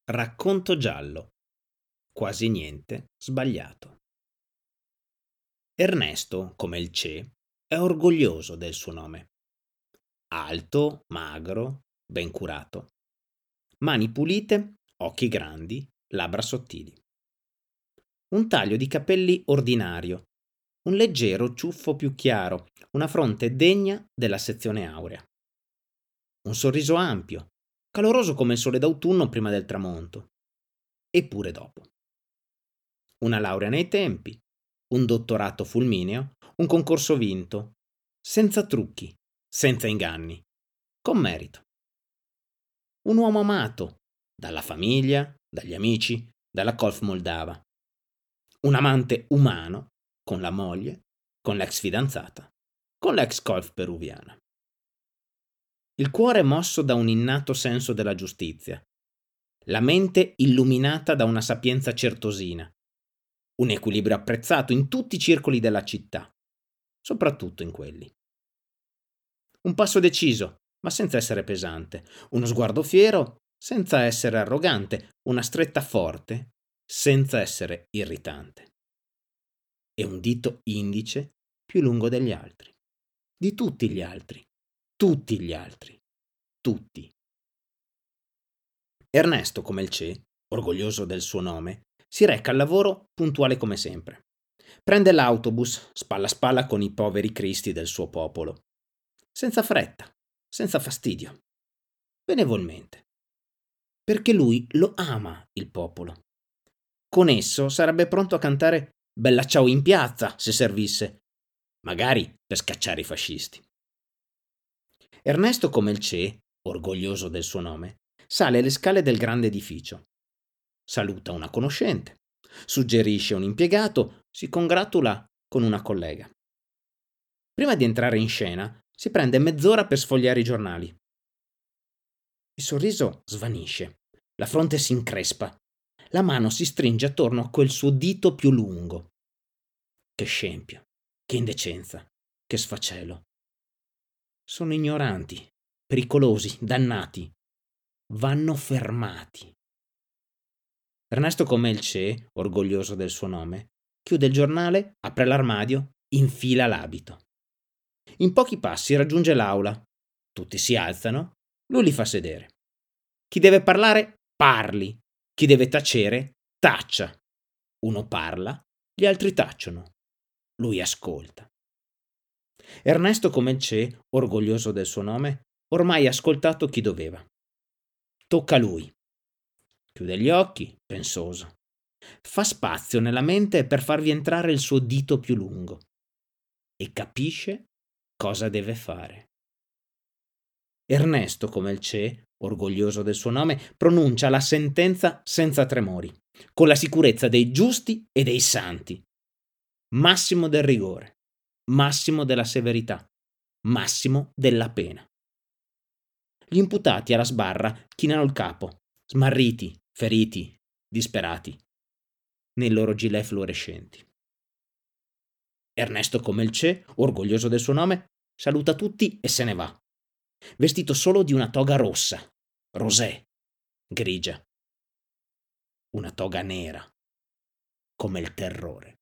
Racconto giallo. Quasi niente sbagliato. Ernesto, come il Ce, è orgoglioso del suo nome. Alto, magro, ben curato. Mani pulite, occhi grandi, labbra sottili. Un taglio di capelli ordinario, un leggero ciuffo più chiaro, una fronte degna della sezione aurea. Un sorriso ampio, caloroso come il sole d'autunno prima del tramonto, eppure dopo. Una laurea nei tempi, un dottorato fulmineo, un concorso vinto, senza trucchi, senza inganni, con merito. Un uomo amato, dalla famiglia, dagli amici, dalla Colf Moldava. Un amante umano, con la moglie, con l'ex fidanzata, con l'ex Colf peruviana. Il cuore mosso da un innato senso della giustizia, la mente illuminata da una sapienza certosina, un equilibrio apprezzato in tutti i circoli della città, soprattutto in quelli. Un passo deciso, ma senza essere pesante, uno sguardo fiero, senza essere arrogante, una stretta forte, senza essere irritante. E un dito indice più lungo degli altri. Di tutti gli altri. Tutti gli altri. Tutti. Ernesto, come il Ce, orgoglioso del suo nome, si reca al lavoro puntuale come sempre. Prende l'autobus, spalla a spalla con i poveri cristi del suo popolo. Senza fretta, senza fastidio. Benevolmente. Perché lui lo ama il popolo. Con esso sarebbe pronto a cantare Bella ciao in piazza, se servisse, magari per scacciare i fascisti. Ernesto, come il Ce, orgoglioso del suo nome, sale le scale del grande edificio. Saluta una conoscente, suggerisce un impiegato, si congratula con una collega. Prima di entrare in scena, si prende mezz'ora per sfogliare i giornali. Il sorriso svanisce, la fronte si increspa, la mano si stringe attorno a quel suo dito più lungo. Che scempio, che indecenza, che sfacelo. Sono ignoranti, pericolosi, dannati. Vanno fermati. Ernesto, come il Ce, orgoglioso del suo nome, chiude il giornale, apre l'armadio, infila l'abito. In pochi passi raggiunge l'aula. Tutti si alzano, lui li fa sedere. Chi deve parlare, parli. Chi deve tacere, taccia. Uno parla, gli altri tacciono. Lui ascolta. Ernesto, come il Ce, orgoglioso del suo nome, ormai ha ascoltato chi doveva. Tocca a lui. Chiude gli occhi, pensoso. Fa spazio nella mente per farvi entrare il suo dito più lungo. E capisce cosa deve fare. Ernesto, come il Ce, orgoglioso del suo nome, pronuncia la sentenza senza tremori, con la sicurezza dei giusti e dei santi. Massimo del rigore, massimo della severità, massimo della pena. Gli imputati alla sbarra chinano il capo, smarriti, feriti, disperati, nei loro gilet fluorescenti. Ernesto, come il Ce, orgoglioso del suo nome, saluta tutti e se ne va, vestito solo di una toga rossa, rosé, grigia. Una toga nera, come il terrore.